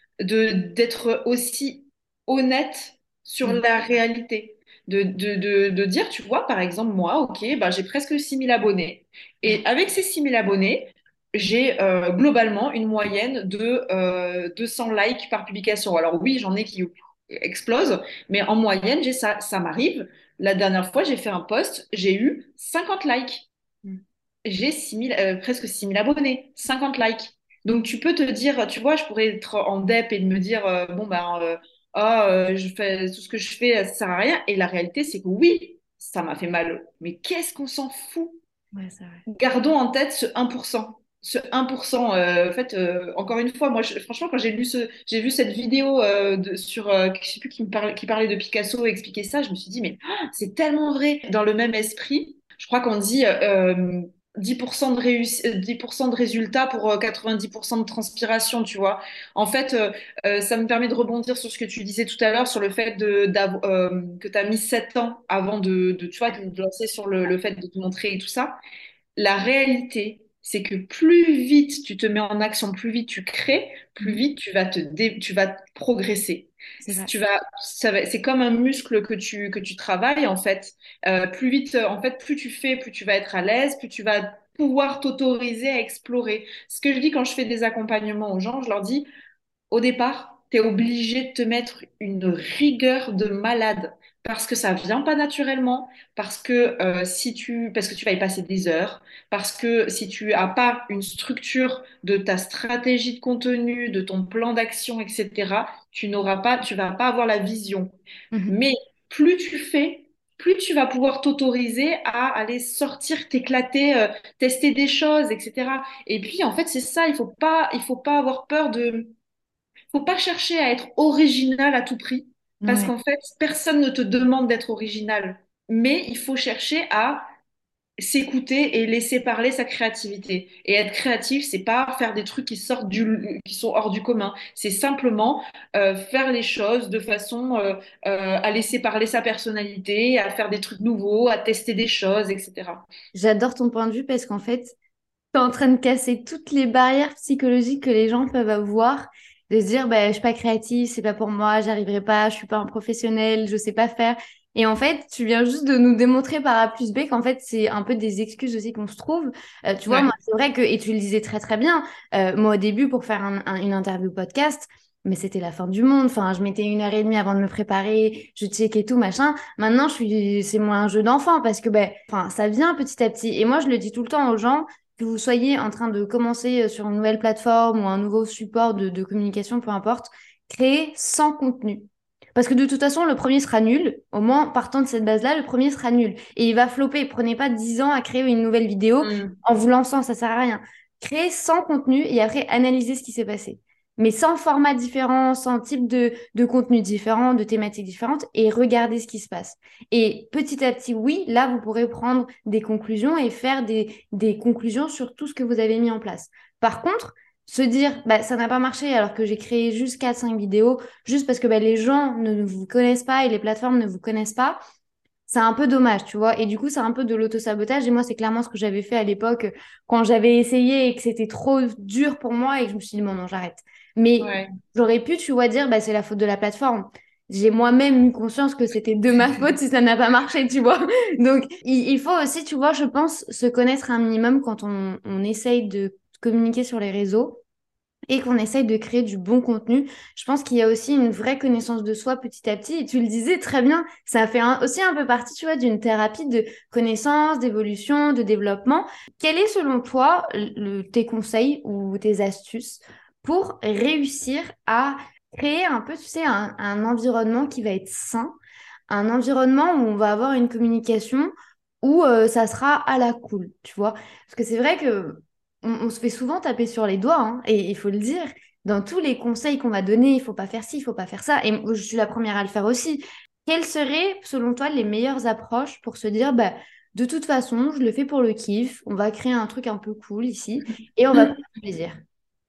de d'être aussi honnête sur Mm. la réalité. De, de, de, de dire, tu vois, par exemple, moi, ok, bah, j'ai presque six mille abonnés. Et avec ces six mille abonnés, j'ai euh, globalement une moyenne de euh, deux cents likes par publication. Alors oui, j'en ai qui explosent, mais en moyenne, j'ai ça, ça m'arrive. La dernière fois, j'ai fait un post, j'ai eu cinquante likes. Mm. J'ai six mille, euh, presque six mille abonnés, cinquante likes. Donc tu peux te dire, tu vois, je pourrais être en dep et de me dire, euh, bon ben, euh, ah, euh, je fais tout ce que je fais, ça sert à rien. Et la réalité, c'est que oui, ça m'a fait mal. Mais qu'est-ce qu'on s'en fout? Ouais, c'est vrai. Gardons en tête ce un pour cent. Ce un pour cent, euh, en fait, euh, encore une fois, moi, je- franchement, quand j'ai lu ce, j'ai vu cette vidéo euh, de, sur, euh, je sais plus qui me parlait, qui parlait de Picasso et expliquait ça, je me suis dit, mais ah, c'est tellement vrai. Dans le même esprit, je crois qu'on dit euh, dix pour cent de réussite, dix pour cent de résultats pour euh, quatre-vingt-dix pour cent de transpiration, tu vois. En fait, euh, euh, ça me permet de rebondir sur ce que tu disais tout à l'heure, sur le fait de, d'av- euh, que tu as mis sept ans avant de, de, tu vois, de te lancer sur le, le fait de te montrer et tout ça. La réalité, c'est que plus vite tu te mets en action, plus vite tu crées, plus Mhm. vite tu vas te dé- tu vas progresser. C'est vrai. Tu vas, ça va- c'est comme un muscle que tu, que tu travailles en fait. Euh, plus vite, euh, en fait, plus tu fais, plus tu vas être à l'aise, plus tu vas pouvoir t'autoriser à explorer. Ce que je dis quand je fais des accompagnements aux gens, je leur dis, au départ, tu es obligé de te mettre une rigueur de malade parce que ça vient pas naturellement, parce que euh, si tu parce que tu vas y passer des heures, parce que si tu as pas une structure de ta stratégie de contenu, de ton plan d'action, et cetera, tu n'auras pas, tu vas pas avoir la vision. Mhm. Mais plus tu fais, plus tu vas pouvoir t'autoriser à aller sortir, t'éclater, euh, tester des choses, et cetera. Et puis en fait, c'est ça, il faut pas, il faut pas avoir peur de faut pas chercher à être original à tout prix, parce Ouais. qu'en fait, personne ne te demande d'être original. Mais il faut chercher à s'écouter et laisser parler sa créativité. Et être créatif, c'est pas faire des trucs qui sortent du, qui sont hors du commun. C'est simplement euh, faire les choses de façon euh, euh, à laisser parler sa personnalité, à faire des trucs nouveaux, à tester des choses, et cetera. J'adore ton point de vue parce qu'en fait, tu es en train de casser toutes les barrières psychologiques que les gens peuvent avoir, de se dire, bah, je suis pas créative, c'est pas pour moi, j'arriverai pas, je suis pas un professionnel, je sais pas faire. Et en fait, tu viens juste de nous démontrer par A plus B qu'en fait, c'est un peu des excuses aussi qu'on se trouve. Euh, tu vois, moi, Ouais, c'est vrai que, et tu le disais très très bien, euh, moi au début, pour faire un- un- une interview podcast, mais c'était la fin du monde. Enfin, je mettais une heure et demie avant de me préparer, je checkais tout, machin. Maintenant, je suis, c'est moins un jeu d'enfant parce que, ben, enfin, ça vient petit à petit. Et moi, je le dis tout le temps aux gens, que vous soyez en train de commencer euh, sur une nouvelle plateforme ou un nouveau support de, de communication, peu importe, créez sans contenu. Parce que de toute façon, le premier sera nul. Au moins, partant de cette base-là, le premier sera nul. Et il va flopper. Prenez pas dix ans à créer une nouvelle vidéo mm, en vous lançant, ça sert à rien. Créez sans contenu et après, analysez ce qui s'est passé. Mais sans format différent, sans type de, de contenu différent, de thématiques différentes, et regardez ce qui se passe. Et petit à petit, oui, là, vous pourrez prendre des conclusions et faire des, des conclusions sur tout ce que vous avez mis en place. Par contre, se dire, bah, ça n'a pas marché alors que j'ai créé juste quatre cinq vidéos, juste parce que bah, les gens ne vous connaissent pas et les plateformes ne vous connaissent pas, c'est un peu dommage, tu vois. Et du coup, c'est un peu de l'auto-sabotage. Et moi, c'est clairement ce que j'avais fait à l'époque quand j'avais essayé et que c'était trop dur pour moi et que je me suis dit, bon, non, j'arrête. Mais ouais. j'aurais pu, tu vois, dire, bah, c'est la faute de la plateforme. J'ai moi-même eu conscience que c'était de ma faute si ça n'a pas marché, tu vois. Donc, il, il faut aussi, tu vois, je pense, se connaître un minimum quand on, on essaye de communiquer sur les réseaux et qu'on essaye de créer du bon contenu. Je pense qu'il y a aussi une vraie connaissance de soi petit à petit. Et tu le disais très bien, ça fait un- aussi un peu partie, tu vois, d'une thérapie de connaissance, d'évolution, de développement. Quel est, selon toi, le- tes conseils ou tes astuces pour réussir à créer un peu, tu sais, un, un environnement qui va être sain, un environnement où on va avoir une communication ou euh, ça sera à la cool, tu vois. Parce que c'est vrai que on, on se fait souvent taper sur les doigts, hein, et il faut le dire, dans tous les conseils qu'on va donner, il faut pas faire ci, il faut pas faire ça, et moi, je suis la première à le faire aussi. Quelles seraient, selon toi, les meilleures approches pour se dire, bah, de toute façon, je le fais pour le kiff, on va créer un truc un peu cool ici, et on va prendre du plaisir.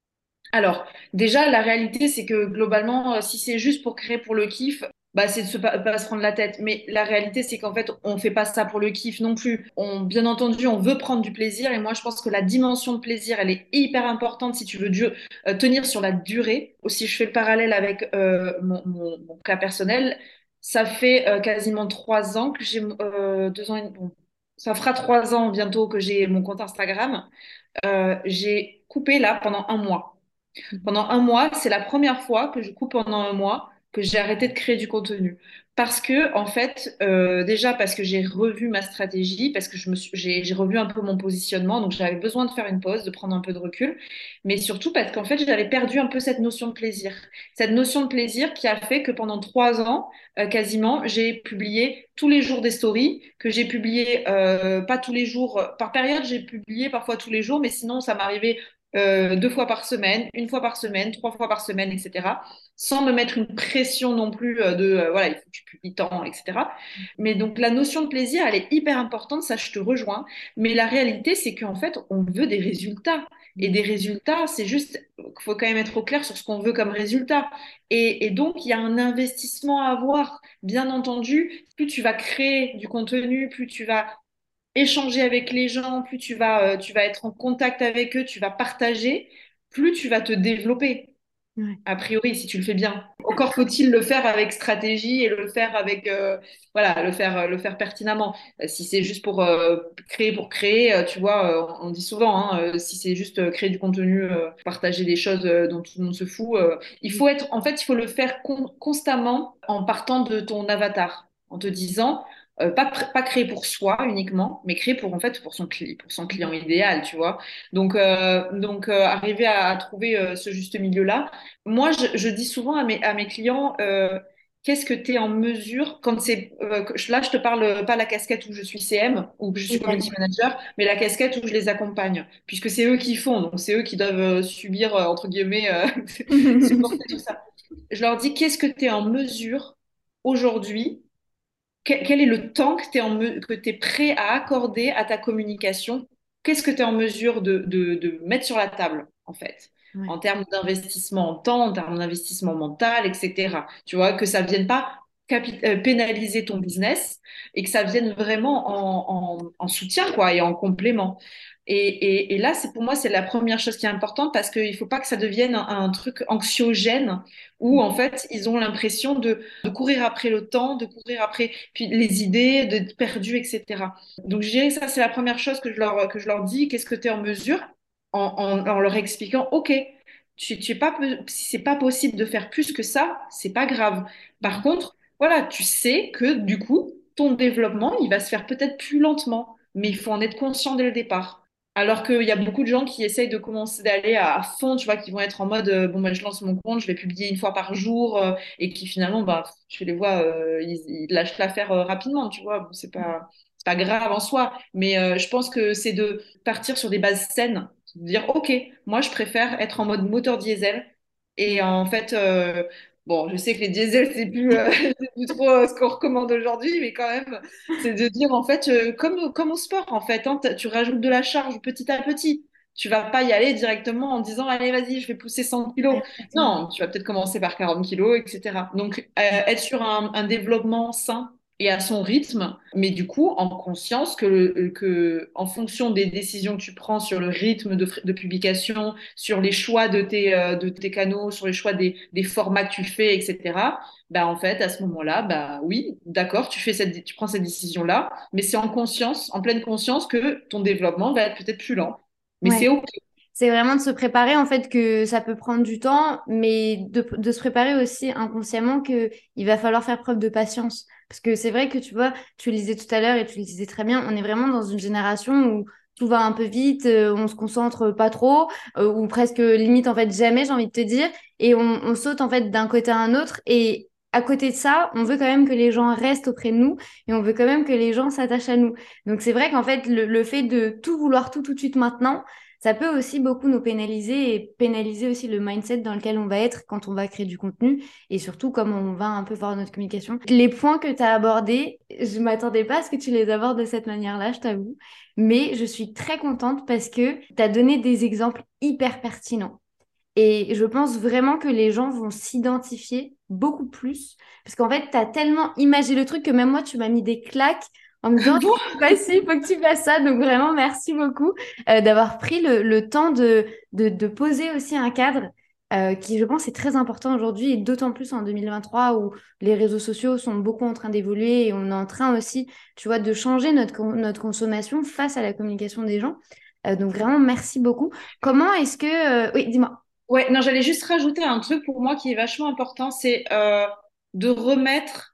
Alors, déjà, la réalité, c'est que globalement, euh, si c'est juste pour créer pour le kiff, bah, c'est de se pas, pas se prendre la tête. Mais la réalité, c'est qu'en fait, on fait pas ça pour le kiff non plus. On, bien entendu, on veut prendre du plaisir. Et moi, je pense que la dimension de plaisir, elle est hyper importante si tu veux du- euh, tenir sur la durée. Aussi, je fais le parallèle avec euh, mon, mon- mon cas personnel. Ça fait euh, quasiment trois ans que j'ai euh, deux ans et bon, ça fera trois ans bientôt que j'ai mon compte Instagram. Euh, j'ai coupé là pendant un mois. Mhm. Pendant un mois, c'est la première fois que je coupe pendant un mois que j'ai arrêté de créer du contenu. Parce que, en fait, euh, déjà parce que j'ai revu ma stratégie, parce que je me suis, j'ai, j'ai revu un peu mon positionnement, donc j'avais besoin de faire une pause, de prendre un peu de recul, mais surtout parce qu'en fait, j'avais perdu un peu cette notion de plaisir. Cette notion de plaisir qui a fait que pendant trois ans, euh, quasiment, j'ai publié tous les jours des stories, que j'ai publié, euh, pas tous les jours, par période, j'ai publié parfois tous les jours, mais sinon, ça m'arrivait euh, deux fois par semaine, une fois par semaine, trois fois par semaine, et cetera. Sans me mettre une pression non plus euh, de euh, voilà, il faut que tu publies tant, et cetera. Mais donc la notion de plaisir, elle est hyper importante, ça je te rejoins. Mais la réalité, c'est qu'en fait, on veut des résultats. Et des résultats, c'est juste, il faut quand même être au clair sur ce qu'on veut comme résultat. Et, et donc, il y a un investissement à avoir. Bien entendu, plus tu vas créer du contenu, plus tu vas échanger avec les gens, plus tu vas, euh, tu vas être en contact avec eux, tu vas partager, plus tu vas te développer. Ouais. A priori, si tu le fais bien. Encore faut-il le faire avec stratégie et le faire avec, euh, voilà, le faire, le faire pertinemment. Euh, Si c'est juste pour euh, créer pour créer, euh, tu vois, euh, on dit souvent, hein, euh, si c'est juste euh, créer du contenu, euh, partager des choses euh, dont tout le monde se fout, euh, il faut être, en fait, il faut le faire con- constamment en partant de ton avatar, en te disant, euh, pas, pr- pas créer pour soi uniquement, mais créer pour, en fait, pour son, cli- pour son client idéal, tu vois. Donc, euh, donc euh, arriver à, à trouver euh, ce juste milieu-là. Moi, je, je dis souvent à mes, à mes clients, euh, qu'est-ce que tu es en mesure, quand c'est, euh, que je- là, je te parle euh, pas la casquette où je suis C M ou que je suis community manager, mais la casquette où je les accompagne, puisque c'est eux qui font, donc c'est eux qui doivent euh, subir, euh, entre guillemets, euh, supporter tout ça. Je leur dis, qu'est-ce que tu es en mesure aujourd'hui quel, quel est le temps que tu es, en me- que tu prêt à accorder à ta communication? Qu'est-ce que tu es en mesure de, de, de mettre sur la table, en fait, Ouais. en termes d'investissement en temps, en termes d'investissement mental, et cetera. Tu vois, que ça ne vienne pas capi- euh, pénaliser ton business et que ça vienne vraiment en, en, en soutien, quoi, et en complément. Et, et, et là, c'est pour moi, c'est la première chose qui est importante parce qu'il ne faut pas que ça devienne un, un truc anxiogène où, en fait, ils ont l'impression de de courir après le temps, de courir après puis les idées, d'être perdu, et cetera. Donc je dirais que ça, c'est la première chose que je leur, que je leur dis, qu'est-ce que tu es en mesure, en, en, en leur expliquant, OK, tu, tu es pas, si c'est pas possible de faire plus que ça, c'est pas grave. Par contre, voilà, tu sais que du coup, ton développement, il va se faire peut-être plus lentement, mais il faut en être conscient dès le départ. Alors qu'il y a beaucoup de gens qui essayent de commencer d'aller à, à fond, tu vois, qui vont être en mode, euh, bon, bah, je lance mon compte, je vais publier une fois par jour, euh, et qui finalement, bah, tu les vois, euh, ils, ils lâchent l'affaire euh, rapidement, tu vois. Bon, c'est pas, c'est pas grave en soi, mais euh, je pense que c'est de partir sur des bases saines, de dire, OK, moi, je préfère être en mode moteur diesel. Et en fait, euh, bon, je sais que les diesels, c'est plus, euh, c'est plus trop euh, ce qu'on recommande aujourd'hui, mais quand même, c'est de dire, en fait, euh, comme, comme au sport, en fait, hein, t- tu rajoutes de la charge petit à petit. Tu vas pas y aller directement en disant, allez, vas-y, je vais pousser cent kilos. Exactement. Non, tu vas peut-être commencer par quarante kilos, et cetera. Donc, euh, être sur un, un développement sain et à son rythme, mais du coup, en conscience que, le- que en fonction des décisions que tu prends sur le rythme de, fr- de publication, sur les choix de tes, euh, de tes canaux, sur les choix des, des formats que tu fais, et cetera, bah, en fait, à ce moment-là, bah, oui, d'accord, tu fais cette, tu prends cette décision-là, mais c'est en conscience, en pleine conscience que ton développement va être peut-être plus lent. Mais Ouais. c'est OK. C'est vraiment de se préparer, en fait, que ça peut prendre du temps, mais de, de se préparer aussi inconsciemment que il va falloir faire preuve de patience. Parce que c'est vrai que tu vois, tu le disais tout à l'heure et tu le disais très bien, on est vraiment dans une génération où tout va un peu vite, euh, on se concentre pas trop, euh, ou presque limite en fait jamais, j'ai envie de te dire, et on, on saute en fait d'un côté à un autre. Et à côté de ça, on veut quand même que les gens restent auprès de nous et on veut quand même que les gens s'attachent à nous. Donc c'est vrai qu'en fait, le, le fait de tout vouloir tout tout de suite maintenant, ça peut aussi beaucoup nous pénaliser et pénaliser aussi le mindset dans lequel on va être quand on va créer du contenu et surtout comme on va un peu voir notre communication. Les points que tu as abordés, je m'attendais pas à ce que tu les abordes de cette manière-là, je t'avoue, mais je suis très contente parce que tu as donné des exemples hyper pertinents. Et je pense vraiment que les gens vont s'identifier beaucoup plus. Parce qu'en fait, tu as tellement imagé le truc que même moi, tu m'as mis des claques en me disant, il Bon, faut que tu fasses ci, il faut que tu fasses ça. Donc vraiment, merci beaucoup euh, d'avoir pris le, le temps de, de, de poser aussi un cadre euh, qui, je pense, est très important aujourd'hui et d'autant plus en deux mille vingt-trois où les réseaux sociaux sont beaucoup en train d'évoluer et on est en train aussi, tu vois, de changer notre, con- notre consommation face à la communication des gens. Euh, donc vraiment, merci beaucoup. Comment est-ce que... euh, Oui, dis-moi. ouais, non, j'allais juste rajouter un truc pour moi qui est vachement important, c'est euh, de remettre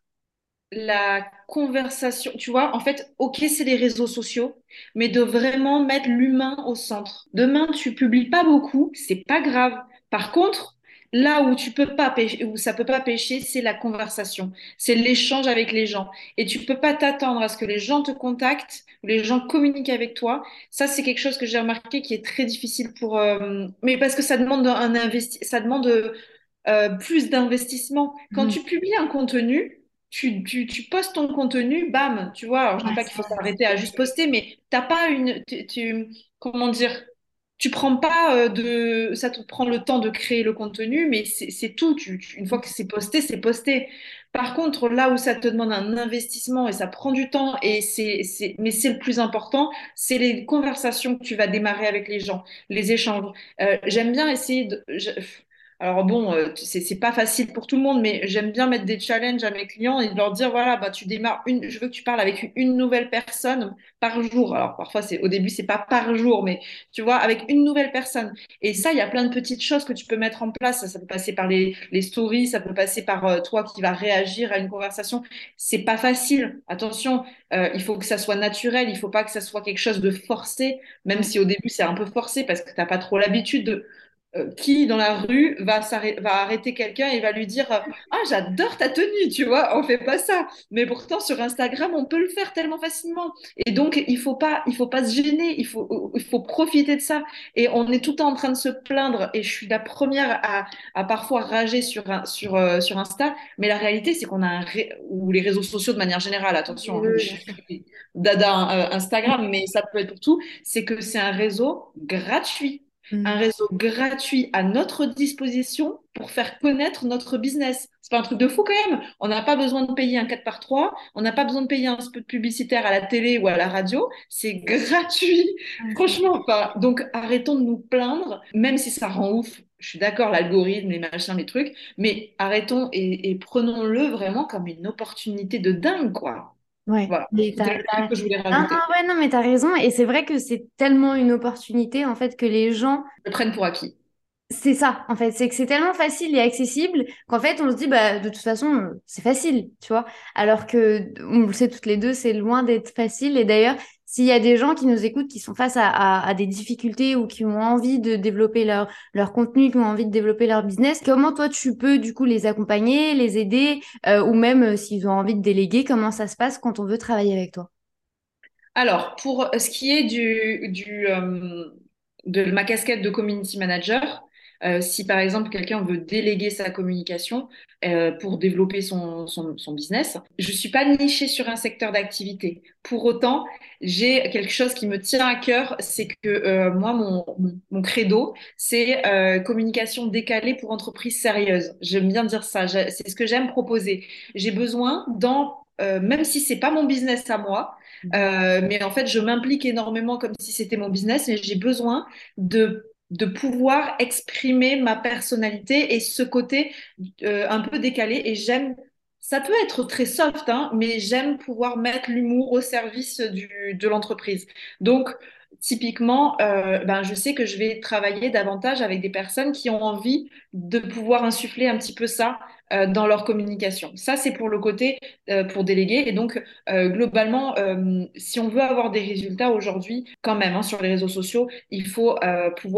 la conversation, tu vois, en fait, ok, c'est les réseaux sociaux, mais de vraiment mettre l'humain au centre. Demain, tu publies pas beaucoup, c'est pas grave. Par contre, là où tu peux pas pêcher, où ça peut pas pêcher, c'est la conversation, c'est l'échange avec les gens. Et tu peux pas t'attendre à ce que les gens te contactent, ou les gens communiquent avec toi. Ça, c'est quelque chose que j'ai remarqué qui est très difficile pour, euh, mais parce que ça demande un investi, ça demande euh, plus d'investissement. Quand Mhm. tu publies un contenu, tu, tu, tu postes ton contenu, bam, tu vois. Alors, je dis Ouais, pas qu'il faut s'arrêter à juste poster, mais t'as pas une, tu, tu- comment dire, tu prends pas euh, de, ça te prend le temps de créer le contenu, mais c'est c'est tout. Tu, tu- une fois que c'est posté, c'est posté. Par contre, là où ça te demande un investissement et ça prend du temps, et c'est, c'est, mais c'est le plus important, c'est les conversations que tu vas démarrer avec les gens, les échanges. Euh, j'aime bien essayer de, je- alors bon, euh, c'est c'est pas facile pour tout le monde, mais j'aime bien mettre des challenges à mes clients et leur dire, voilà, bah tu démarres une, je veux que tu parles avec une nouvelle personne par jour. Alors parfois c'est au début c'est pas par jour, mais tu vois, avec une nouvelle personne. Et ça, il y a plein de petites choses que tu peux mettre en place. Ça, ça peut passer par les, les stories, ça peut passer par euh, toi qui va réagir à une conversation. C'est pas facile. Attention, euh, il faut que ça soit naturel, il faut pas que ça soit quelque chose de forcé, même ouais. si au début c'est un peu forcé parce que t'as pas trop l'habitude de euh, qui dans la rue va, s'arrêter- va arrêter quelqu'un et va lui dire euh, ah, j'adore ta tenue, tu vois, on fait pas ça. Mais pourtant, sur Instagram, on peut le faire tellement facilement. Et donc, il faut pas, il faut pas se gêner, il faut, il faut profiter de ça. Et on est tout le temps en train de se plaindre, et je suis la première à, à parfois rager sur, un- sur, euh, sur Insta, mais la réalité, c'est qu'on a un ré- ou les réseaux sociaux de manière générale, Oui, attention, hein, oui, je bien sûr. suis dada euh, Instagram, mais ça peut être pour tout, c'est que c'est un réseau gratuit un Mhm. réseau gratuit à notre disposition pour faire connaître notre business. C'est pas un truc de fou quand même. On n'a pas besoin de payer un quatre par trois, on n'a pas besoin de payer un spot publicitaire à la télé ou à la radio. C'est gratuit. Ouais, c'est Franchement, enfin, donc arrêtons de nous plaindre, même si ça rend ouf. Je suis d'accord, l'algorithme, les machins, les trucs, mais arrêtons et, et prenons-le vraiment comme une opportunité de dingue, quoi. ouais. Voilà, Mais c'était t'as- le truc t'as- que je voulais Non, non, rajouter. ouais, non, mais t'as raison. Et c'est vrai que c'est tellement une opportunité, en fait, que les gens Je le prenne pour acquis. c'est ça, en fait, c'est que c'est tellement facile et accessible qu'en fait, on se dit, bah, de toute façon, euh, c'est facile, tu vois. Alors que, on le sait toutes les deux, c'est loin d'être facile. Et d'ailleurs, s'il y a des gens qui nous écoutent, qui sont face à, à- à des difficultés ou qui ont envie de développer leur, leur contenu, qui ont envie de développer leur business, comment toi, tu peux, du coup, les accompagner, les aider, euh, ou même euh, s'ils ont envie de déléguer, comment ça se passe quand on veut travailler avec toi? Alors, pour ce qui est du, du, euh, de ma casquette de community manager, euh, si par exemple quelqu'un veut déléguer sa communication euh, pour développer son, son, son business, je suis pas nichée sur un secteur d'activité. Pour autant, j'ai quelque chose qui me tient à cœur, c'est que euh, moi, mon, mon, mon credo, c'est euh, communication décalée pour entreprises sérieuses. J'aime bien dire ça, j'ai- c'est ce que j'aime proposer. J'ai besoin dans, euh, même si c'est pas mon business à moi, euh, mais en fait, je m'implique énormément comme si c'était mon business, mais j'ai besoin de, de pouvoir exprimer ma personnalité et ce côté euh, un peu décalé. Et j'aime, ça peut être très soft, hein, mais j'aime pouvoir mettre l'humour au service du, de l'entreprise. Donc, typiquement, euh, ben, je sais que je vais travailler davantage avec des personnes qui ont envie de pouvoir insuffler un petit peu ça euh, dans leur communication. Ça, c'est pour le côté euh, pour déléguer. Et donc, euh, globalement, euh, si on veut avoir des résultats aujourd'hui, quand même, hein, sur les réseaux sociaux, il faut euh, pouvoir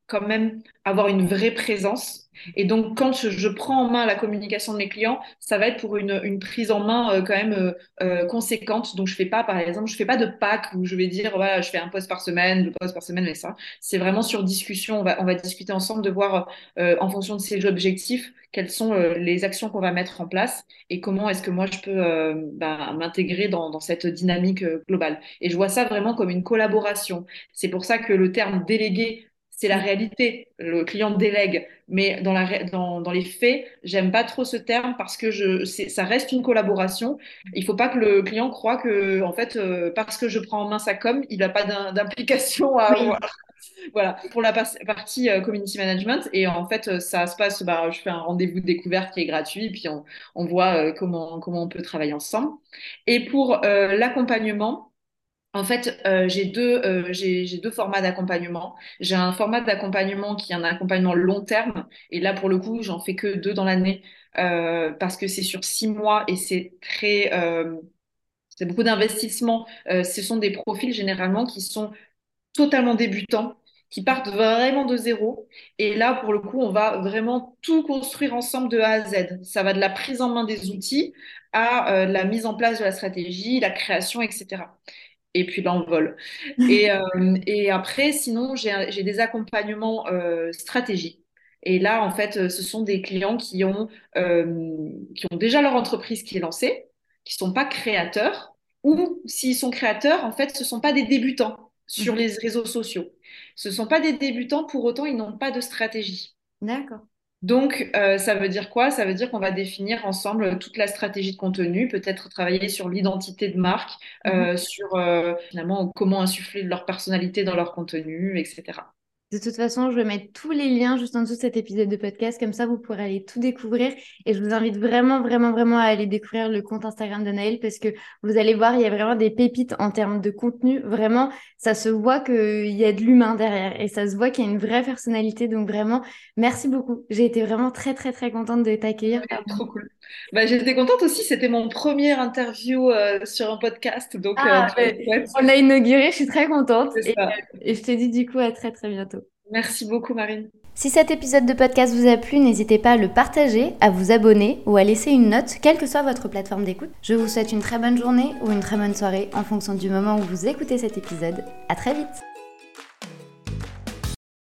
quand même avoir une vraie présence. Et donc, quand je, je prends en main la communication de mes clients, ça va être pour une, une prise en main euh, quand même euh, euh, conséquente. Donc, je fais pas, par exemple, je fais pas de pack où je vais dire, voilà, je fais un post par semaine, deux posts par semaine, mais ça, c'est vraiment sur discussion. On va, on va discuter ensemble de voir, euh, en fonction de ces objectifs, quelles sont euh, les actions qu'on va mettre en place et comment est-ce que moi, je peux euh, bah, m'intégrer dans, dans cette dynamique euh, globale. Et je vois ça vraiment comme une collaboration. C'est pour ça que le terme délégué, c'est la réalité. Le client délègue, mais dans, la, dans, dans les faits, j'aime pas trop ce terme parce que je, c'est, ça reste une collaboration. Il faut pas que le client croie que, en fait, euh, parce que je prends en main sa com, il n'a pas d'im- d'implication à Oui. avoir. Voilà, pour la par- partie euh, community management. Et en fait, euh, ça se passe, bah, je fais un rendez-vous de découverte qui est gratuit, puis on, on voit euh, comment, comment on peut travailler ensemble. Et pour euh, l'accompagnement, en fait, euh, j'ai deux, euh, j'ai, j'ai deux formats d'accompagnement. J'ai un format d'accompagnement qui est un accompagnement long terme. Et là, pour le coup, j'en fais que deux dans l'année euh, parce que c'est sur six mois et c'est très, euh, c'est beaucoup d'investissement. Euh, ce sont des profils généralement qui sont totalement débutants, qui partent vraiment de zéro. Et là, pour le coup, on va vraiment tout construire ensemble de A à Z. Ça va de la prise en main des outils à euh, la mise en place de la stratégie, la création, et cetera. Et puis l'envol. Et, euh, et après, sinon, j'ai, j'ai des accompagnements euh, stratégiques. Et là, en fait, euh, ce sont des clients qui ont, euh, qui ont déjà leur entreprise qui est lancée, qui sont pas créateurs, ou s'ils sont créateurs, en fait, ce sont pas des débutants sur Mhm. les réseaux sociaux. Ce sont pas des débutants, pour autant, ils n'ont pas de stratégie. D'accord. Donc, euh, ça veut dire quoi? Ça veut dire qu'on va définir ensemble toute la stratégie de contenu, peut-être travailler sur l'identité de marque, Mhm. euh, sur euh, finalement comment insuffler de leur personnalité dans leur contenu, et cetera. De toute façon, je vais mettre tous les liens juste en dessous de cet épisode de podcast, comme ça vous pourrez aller tout découvrir. Et je vous invite vraiment, vraiment, vraiment à aller découvrir le compte Instagram de Naël parce que vous allez voir, il y a vraiment des pépites en termes de contenu. Vraiment, ça se voit qu'il y a de l'humain derrière et ça se voit qu'il y a une vraie personnalité. Donc vraiment, merci beaucoup. J'ai été vraiment très, très, très contente de t'accueillir Ouais, parmi. trop cool. Bah, j'étais contente aussi, c'était mon premier interview euh, sur un podcast, donc euh, Ah, trop ben, chouette. on a inauguré, je suis très contente. C'est Et, ça. euh, et je te dis du coup à très, très bientôt. Merci beaucoup, Marine. Si cet épisode de podcast vous a plu, n'hésitez pas à le partager, à vous abonner ou à laisser une note, quelle que soit votre plateforme d'écoute. Je vous souhaite une très bonne journée ou une très bonne soirée en fonction du moment où vous écoutez cet épisode. À très vite!